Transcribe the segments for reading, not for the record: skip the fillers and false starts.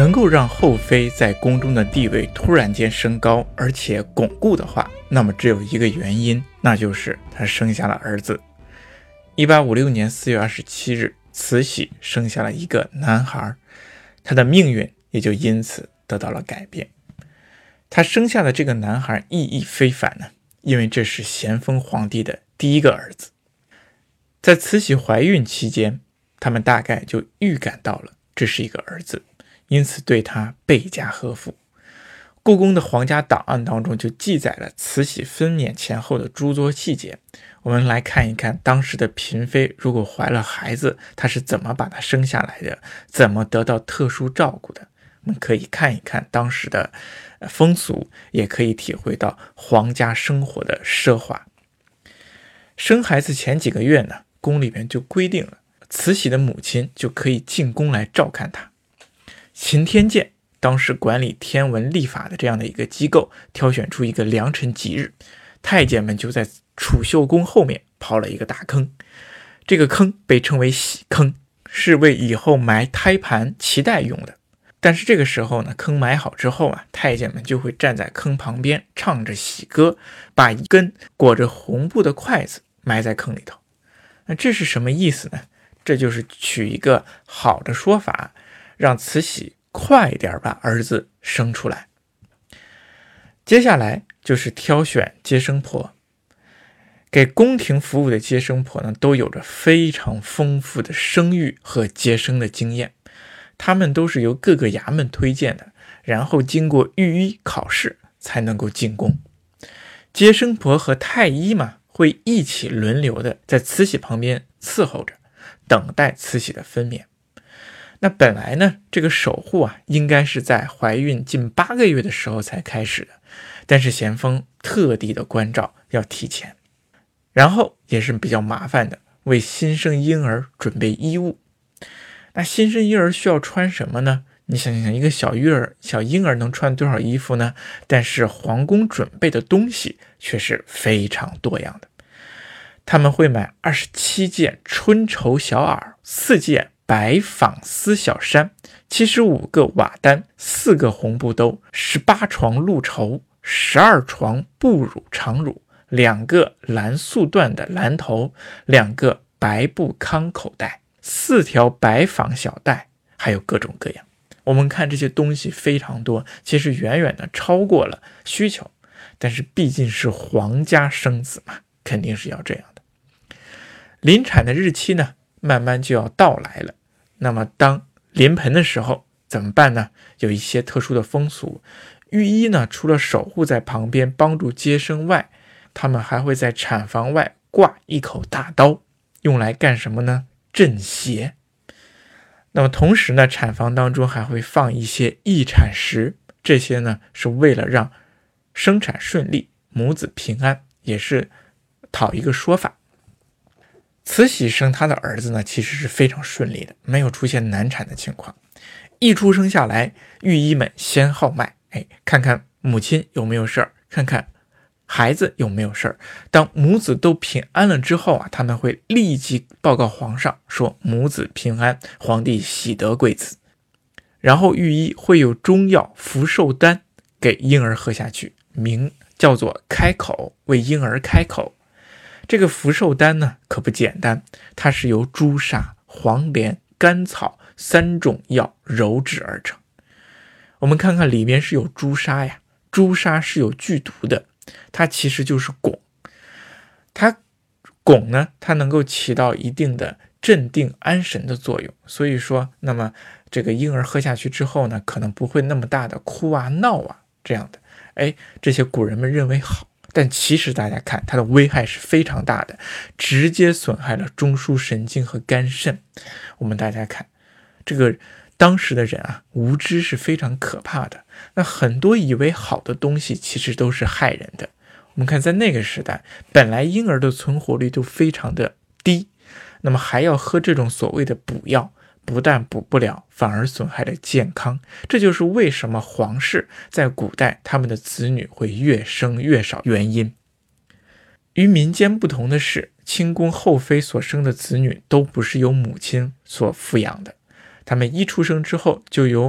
能够让后妃在宫中的地位突然间升高而且巩固的话，那么只有一个原因，那就是她生下了儿子。1856年4月27日，慈禧生下了一个男孩，她的命运也就因此得到了改变。她生下的这个男孩意义非凡呢，因为这是咸丰皇帝的第一个儿子。在慈禧怀孕期间，他们大概就预感到了这是一个儿子，因此对他倍加呵护。故宫的皇家档案当中就记载了慈禧分娩前后的诸多细节。我们来看一看当时的嫔妃如果怀了孩子，她是怎么把他生下来的，怎么得到特殊照顾的。我们可以看一看当时的风俗，也可以体会到皇家生活的奢华。生孩子前几个月呢，宫里面就规定了慈禧的母亲就可以进宫来照看她。勤天监当时管理天文历法的这样的一个机构，挑选出一个良辰吉日，太监们就在储秀宫后面刨了一个大坑，这个坑被称为喜坑，是为以后埋胎盘脐带用的。但是这个时候呢，坑埋好之后啊，太监们就会站在坑旁边唱着喜歌，把一根裹着红布的筷子埋在坑里头。那这是什么意思呢？这就是取一个好的说法，让慈禧快点把儿子生出来。接下来就是挑选接生婆。给宫廷服务的接生婆呢，都有着非常丰富的生育和接生的经验，他们都是由各个衙门推荐的，然后经过御医考试才能够进宫。接生婆和太医嘛，会一起轮流的在慈禧旁边伺候着，等待慈禧的分娩。那本来呢，这个守护啊，应该是在怀孕近8个月的时候才开始的，但是咸丰特地的关照要提前。然后也是比较麻烦的，为新生婴儿准备衣物。那新生婴儿需要穿什么呢？你想想，一个小婴儿能穿多少衣服呢？但是皇宫准备的东西却是非常多样的。他们会买27件春绸小袄，4件白纺丝小衫，75个瓦单，4个红布兜，18床鹿绸，12床布乳长乳，2个蓝素缎的蓝头，2个白布康口袋，4条白纺小带，还有各种各样。我们看这些东西非常多，其实远远的超过了需求，但是毕竟是皇家生子嘛，肯定是要这样的。临产的日期呢，慢慢就要到来了。那么当临盆的时候怎么办呢？有一些特殊的风俗。御医呢，除了守护在旁边帮助接生外，他们还会在产房外挂一口大刀，用来干什么呢？镇邪。那么同时呢，产房当中还会放一些易产石，这些呢是为了让生产顺利，母子平安，也是讨一个说法。慈禧生她的儿子呢，其实是非常顺利的，没有出现难产的情况。一出生下来，御医们先号脉，看看母亲有没有事儿，看看孩子有没有事儿。当母子都平安了之后啊，他们会立即报告皇上说母子平安，皇帝喜得贵子。然后御医会有中药福寿丹给婴儿喝下去，名叫做开口，为婴儿开口。这个福寿丹呢可不简单，它是由朱砂、黄连、甘草3种药揉制而成。我们看看里面是有朱砂呀，朱砂是有剧毒的，它其实就是汞。它汞呢，它能够起到一定的镇定安神的作用，所以说那么这个婴儿喝下去之后呢，可能不会那么大的哭啊闹啊这样的。这些古人们认为好，但其实大家看它的危害是非常大的，直接损害了中枢神经和肝肾。我们大家看这个当时的人啊，无知是非常可怕的。那很多以为好的东西其实都是害人的。我们看在那个时代，本来婴儿的存活率都非常的低，那么还要喝这种所谓的补药，不但补不了，反而损害了健康。这就是为什么皇室在古代他们的子女会越生越少原因。与民间不同的是，清宫后妃所生的子女都不是由母亲所抚养的，他们一出生之后就由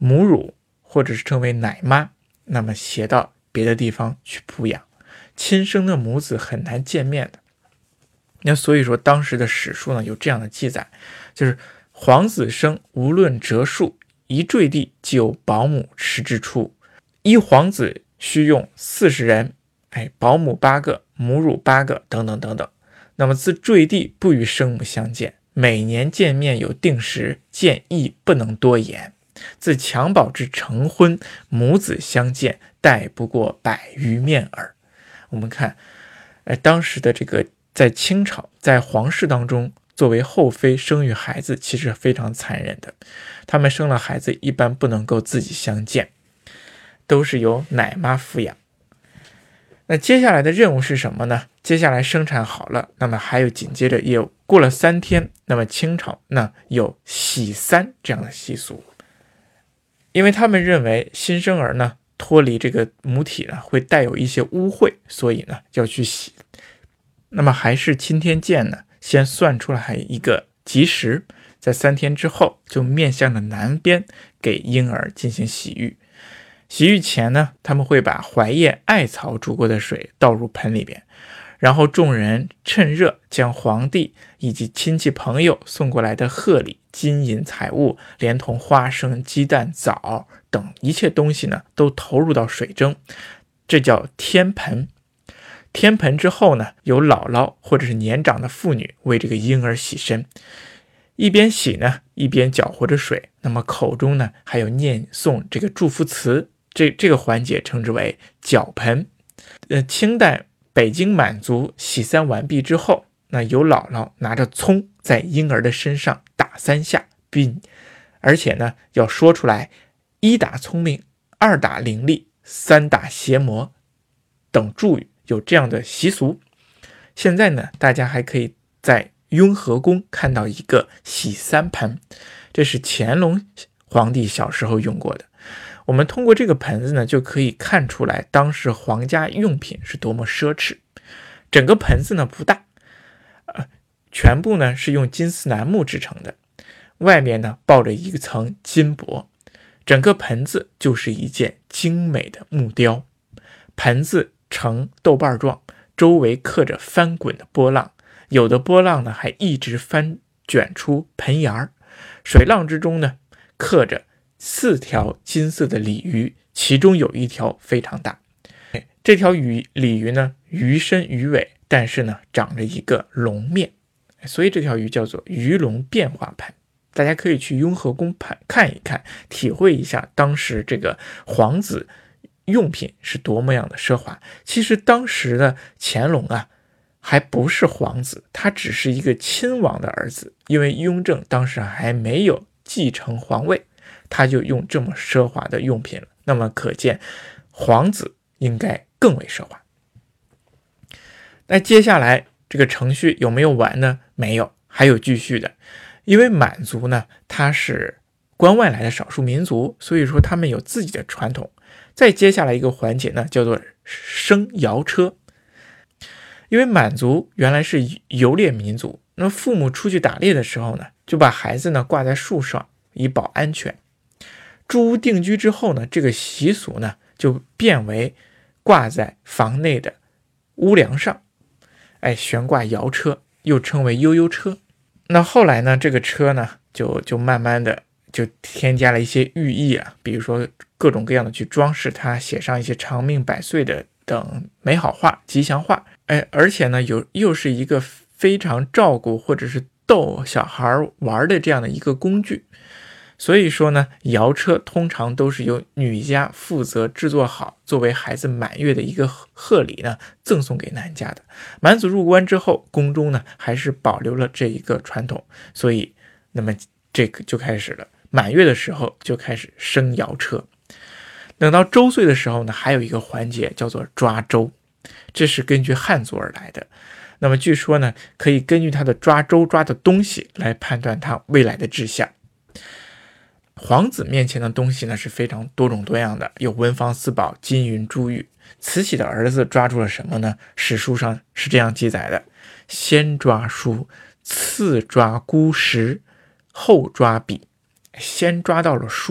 母乳或者是称为奶妈，那么携到别的地方去哺养，亲生的母子很难见面的。那所以说当时的史书呢有这样的记载，就是皇子生无论折数，一坠地即有保姆持之出，一皇子需用40人，保姆8个，母乳8个，等等等等。那么自坠地不与生母相见，每年见面有定时，见亦不能多言。自襁褓至成婚，母子相见，待不过100余面耳。我们看，当时的这个在清朝，在皇室当中，作为后妃生育孩子其实非常残忍的，他们生了孩子一般不能够自己相见，都是由奶妈抚养。那接下来的任务是什么呢？接下来生产好了，那么还有紧接着也有过了3天，那么清朝那有洗三这样的习俗，因为他们认为新生儿呢脱离这个母体呢会带有一些污秽，所以呢要去洗。那么还是钦天监呢先算出来一个吉时，在3天之后就面向着南边给婴儿进行洗浴。洗浴前呢，他们会把槐叶艾草煮过的水倒入盆里边，然后众人趁热将皇帝以及亲戚朋友送过来的贺礼、金银财物，连同花生、鸡蛋、枣等一切东西呢，都投入到水中，这叫天盆。天盆之后呢，由姥姥或者是年长的妇女为这个婴儿洗身，一边洗呢，一边搅和着水，那么口中呢还有念诵这个祝福词，这个环节称之为搅盆。清代北京满族洗三完毕之后，那由姥姥拿着葱在婴儿的身上打3下，而且呢要说出来1打聪明，2打伶俐，3打邪魔等祝语，有这样的习俗。现在呢大家还可以在雍和宫看到一个洗三盆，这是乾隆皇帝小时候用过的。我们通过这个盆子呢，就可以看出来当时皇家用品是多么奢侈。整个盆子呢不大，全部呢是用金丝楠木制成的，外面呢包着一层金箔，整个盆子就是一件精美的木雕。盆子呈豆瓣状，周围刻着翻滚的波浪，有的波浪呢还一直翻卷出盆沿儿，水浪之中呢刻着4条金色的鲤鱼，其中有一条非常大。这条鲤鱼呢鱼身鱼尾，但是呢长着一个龙面，所以这条鱼叫做鱼龙变化盆。大家可以去雍和宫看一看，体会一下当时这个皇子用品是多么样的奢华。其实当时的乾隆啊还不是皇子，他只是一个亲王的儿子，因为雍正当时还没有继承皇位，他就用这么奢华的用品了。那么可见皇子应该更为奢华。那接下来这个程序有没有完呢？没有，还有继续的。因为满族呢它是关外来的少数民族，所以说他们有自己的传统。再接下来一个环节呢叫做升摇车。因为满族原来是游猎民族，那父母出去打猎的时候呢，就把孩子呢挂在树上以保安全。住屋定居之后呢，这个习俗呢就变为挂在房内的屋梁上，悬挂摇车，又称为悠悠车。那后来呢，这个车呢就慢慢的就添加了一些寓意啊，比如说各种各样的去装饰它，写上一些长命百岁的等美好话、吉祥话。而且呢又是一个非常照顾或者是逗小孩玩的这样的一个工具。所以说呢，摇车通常都是由女家负责制作好，作为孩子满月的一个贺礼呢，赠送给男家的。满族入关之后，宫中呢还是保留了这一个传统，所以那么这个就开始了，满月的时候就开始升摇车。等到周岁的时候呢，还有一个环节叫做抓周，这是根据汉族而来的。那么据说呢，可以根据他的抓周抓的东西来判断他未来的志向。皇子面前的东西呢是非常多种多样的，有文房四宝、金银珠玉。慈禧的儿子抓住了什么呢？史书上是这样记载的：先抓书，次抓孤石，后抓笔。先抓到了书，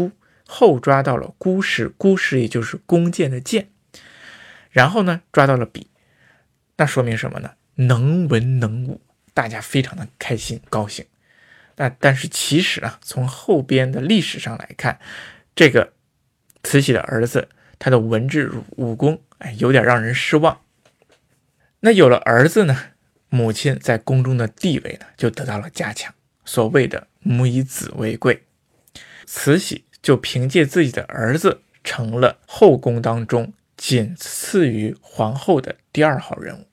后抓到了姑氏，姑氏也就是弓箭的箭，然后呢抓到了比，那说明什么呢？能文能武，大家非常的开心高兴。但是其实啊，从后边的历史上来看，这个慈禧的儿子他的文治武功有点让人失望。那有了儿子呢，母亲在宫中的地位呢就得到了加强，所谓的母以子为贵。慈禧就凭借自己的儿子成了后宫当中仅次于皇后的第2号人物。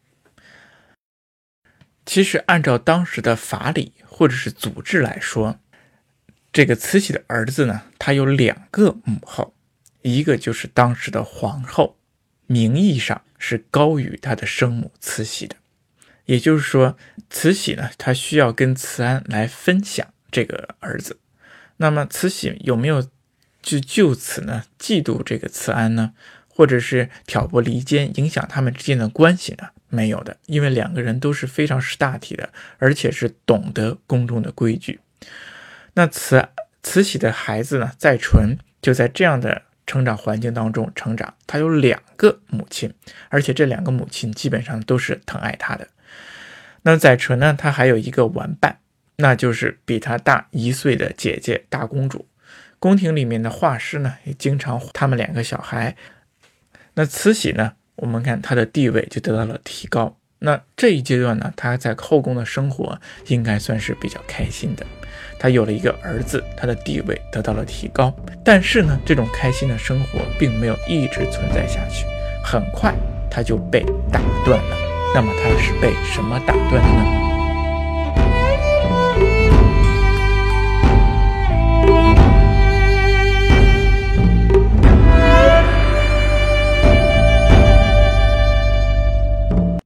其实按照当时的法理或者是祖制来说，这个慈禧的儿子呢，他有2个母后，一个就是当时的皇后，名义上是高于他的生母慈禧的。也就是说，慈禧呢，她需要跟慈安来分享这个儿子。那么慈禧有没有就此呢嫉妒这个慈安呢？或者是挑拨离间，影响他们之间的关系呢？没有的，因为2个人都是非常识大体的，而且是懂得宫中的规矩。那慈禧的孩子呢，载淳就在这样的成长环境当中成长，他有2个母亲，而且这2个母亲基本上都是疼爱他的。那载淳呢，他还有一个玩伴，那就是比他大1岁的姐姐大公主。宫廷里面的画师呢，也经常他们2个小孩。那慈禧呢，我们看她的地位就得到了提高。那这一阶段呢，她在后宫的生活应该算是比较开心的。她有了一个儿子，她的地位得到了提高。但是呢，这种开心的生活并没有一直存在下去，很快她就被打断了。那么她是被什么打断的呢？